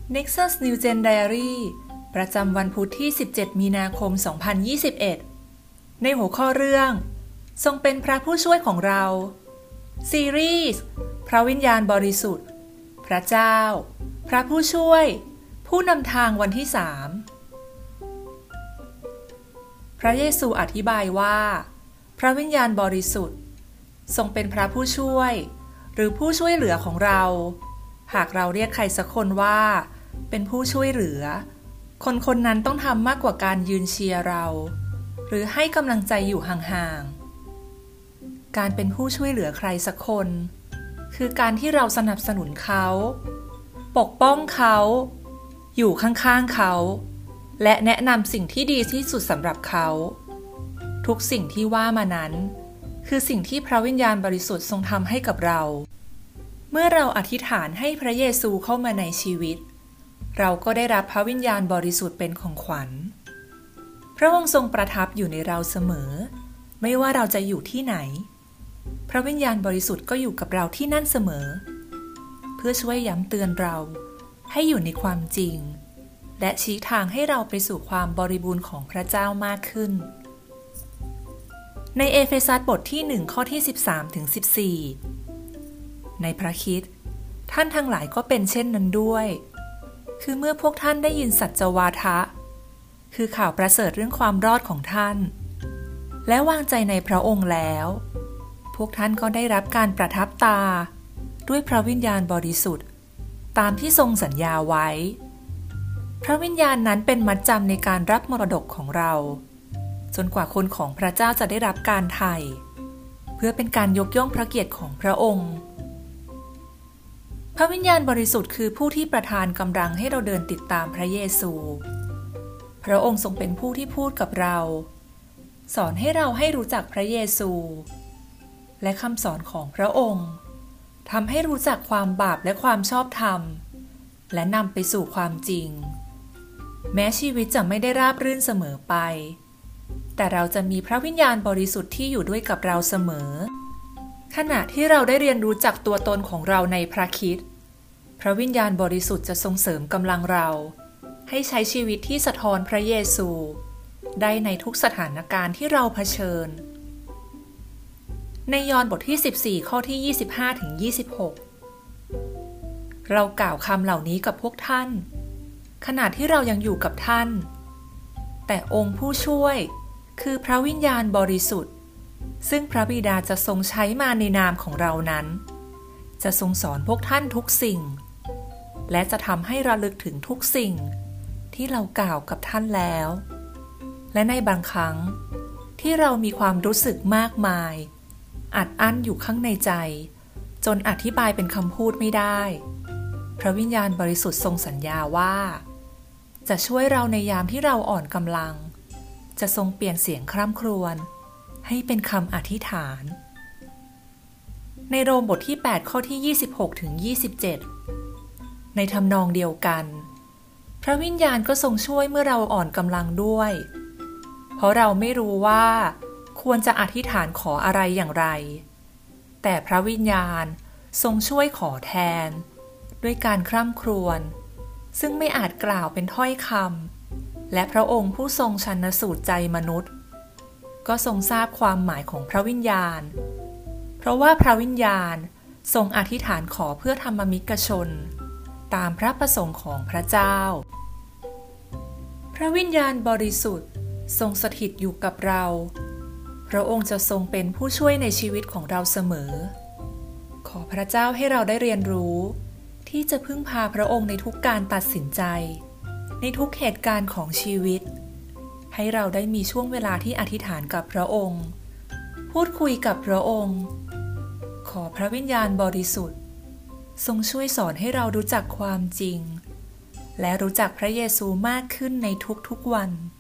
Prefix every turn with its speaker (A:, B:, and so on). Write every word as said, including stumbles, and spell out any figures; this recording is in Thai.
A: Nexus New Gen Diary ประจำวันพุธที่ สิบเจ็ด มีนาคม สองพันยี่สิบเอ็ด ในหัวข้อเรื่องทรงเป็นพระผู้ช่วยของเราซีรีส์พระวิญญาณบริสุทธิ์พระเจ้าพระผู้ช่วยผู้นำทางวันที่สามพระเยซูอธิบายว่าพระวิญญาณบริสุทธิ์ทรงเป็นพระผู้ช่วยหรือผู้ช่วยเหลือของเราหากเราเรียกใครสักคนว่าเป็นผู้ช่วยเหลือคนคนนั้นต้องทำมากกว่าการยืนเชียร์เราหรือให้กำลังใจอยู่ห่างๆการเป็นผู้ช่วยเหลือใครสักคนคือการที่เราสนับสนุนเขาปกป้องเขาอยู่ข้างๆเขาและแนะนำสิ่งที่ดีที่สุดสำหรับเขาทุกสิ่งที่ว่ามานั้นคือสิ่งที่พระวิญญาณบริสุทธิ์ทรงทำให้กับเราเมื่อเราอธิษฐานให้พระเยซูเข้ามาในชีวิตเราก็ได้รับพระวิญญาณบริสุทธิ์เป็นของขวัญพระองค์ทรงประทับอยู่ในเราเสมอไม่ว่าเราจะอยู่ที่ไหนพระวิญญาณบริสุทธิ์ก็อยู่กับเราที่นั่นเสมอเพื่อช่วยย้ำเตือนเราให้อยู่ในความจริงและชี้ทางให้เราไปสู่ความบริบูรณ์ของพระเจ้ามากขึ้นในเอเฟซัสบทที่หนึ่งข้อที่สิบสามถึงสิบสี่ในพระคริสต์ท่านทั้งหลายก็เป็นเช่นนั้นด้วยคือเมื่อพวกท่านได้ยินสัจวาทะคือข่าวประเสริฐเรื่องความรอดของท่านและวางใจในพระองค์แล้วพวกท่านก็ได้รับการประทับตาด้วยพระวิญญาณบริสุทธิ์ตามที่ทรงสัญญาไว้พระวิญญาณนั้นเป็นมัดจำในการรับมรดกของเราจนกว่าคนของพระเจ้าจะได้รับการไถ่เพื่อเป็นการยกย่องพระเกียรติของพระองค์พระวิญญาณบริสุทธิ์คือผู้ที่ประทานกำลังให้เราเดินติดตามพระเยซูพระองค์ทรงเป็นผู้ที่พูดกับเราสอนให้เราให้รู้จักพระเยซูและคำสอนของพระองค์ทำให้รู้จักความบาปและความชอบธรรมและนำไปสู่ความจริงแม้ชีวิตจะไม่ได้ราบรื่นเสมอไปแต่เราจะมีพระวิญญาณบริสุทธิ์ที่อยู่ด้วยกับเราเสมอขณะที่เราได้เรียนรู้จักตัวตนของเราในพระคริสต์พระวิญญาณบริสุทธิ์จะส่งเสริมกำลังเราให้ใช้ชีวิตที่สะท้อนพระเยซูได้ในทุกสถานการณ์ที่เราเผชิญในยอห์นบทที่สิบสี่ข้อที่ยี่สิบห้าถึงยี่สิบหกเรากล่าวคำเหล่านี้กับพวกท่านขณะที่เรายังอยู่กับท่านแต่องค์ผู้ช่วยคือพระวิญญาณบริสุทธิ์ซึ่งพระบิดาจะทรงใช้มาในนามของเรานั้นจะทรงสอนพวกท่านทุกสิ่งและจะทำให้ระลึกถึงทุกสิ่งที่เรากล่าวกับท่านแล้วและในบางครั้งที่เรามีความรู้สึกมากมายอัดอั้นอยู่ข้างในใจจนอธิบายเป็นคำพูดไม่ได้พระวิญญาณบริสุทธิ์ทรงสัญญาว่าจะช่วยเราในยามที่เราอ่อนกำลังจะทรงเปลี่ยนเสียงคร่ำครวญให้เป็นคำอธิษฐานในโรมบทที่แปดข้อที่ยี่สิบหกถึงยี่สิบเจ็ดในทำนองเดียวกันพระวิญญาณก็ทรงช่วยเมื่อเราอ่อนกำลังด้วยเพราะเราไม่รู้ว่าควรจะอธิษฐานขออะไรอย่างไรแต่พระวิญญาณทรงช่วยขอแทนด้วยการคร่ำครวญซึ่งไม่อาจกล่าวเป็นถ้อยคำและพระองค์ผู้ทรงชันสูตรใจมนุษย์ก็ทรงทราบความหมายของพระวิญญาณเพราะว่าพระวิญญาณทรงอธิษฐานขอเพื่อธรรมมิกชนตามพระประสงค์ของพระเจ้าพระวิญญาณบริสุทธิ์ทรงสถิตอยู่กับเราพระองค์จะทรงเป็นผู้ช่วยในชีวิตของเราเสมอขอพระเจ้าให้เราได้เรียนรู้ที่จะพึ่งพาพระองค์ในทุกการตัดสินใจในทุกเหตุการณ์ของชีวิตให้เราได้มีช่วงเวลาที่อธิษฐานกับพระองค์พูดคุยกับพระองค์ขอพระวิญญาณบริสุทธิ์ทรงช่วยสอนให้เรารู้จักความจริงและรู้จักพระเยซูมากขึ้นในทุกๆวัน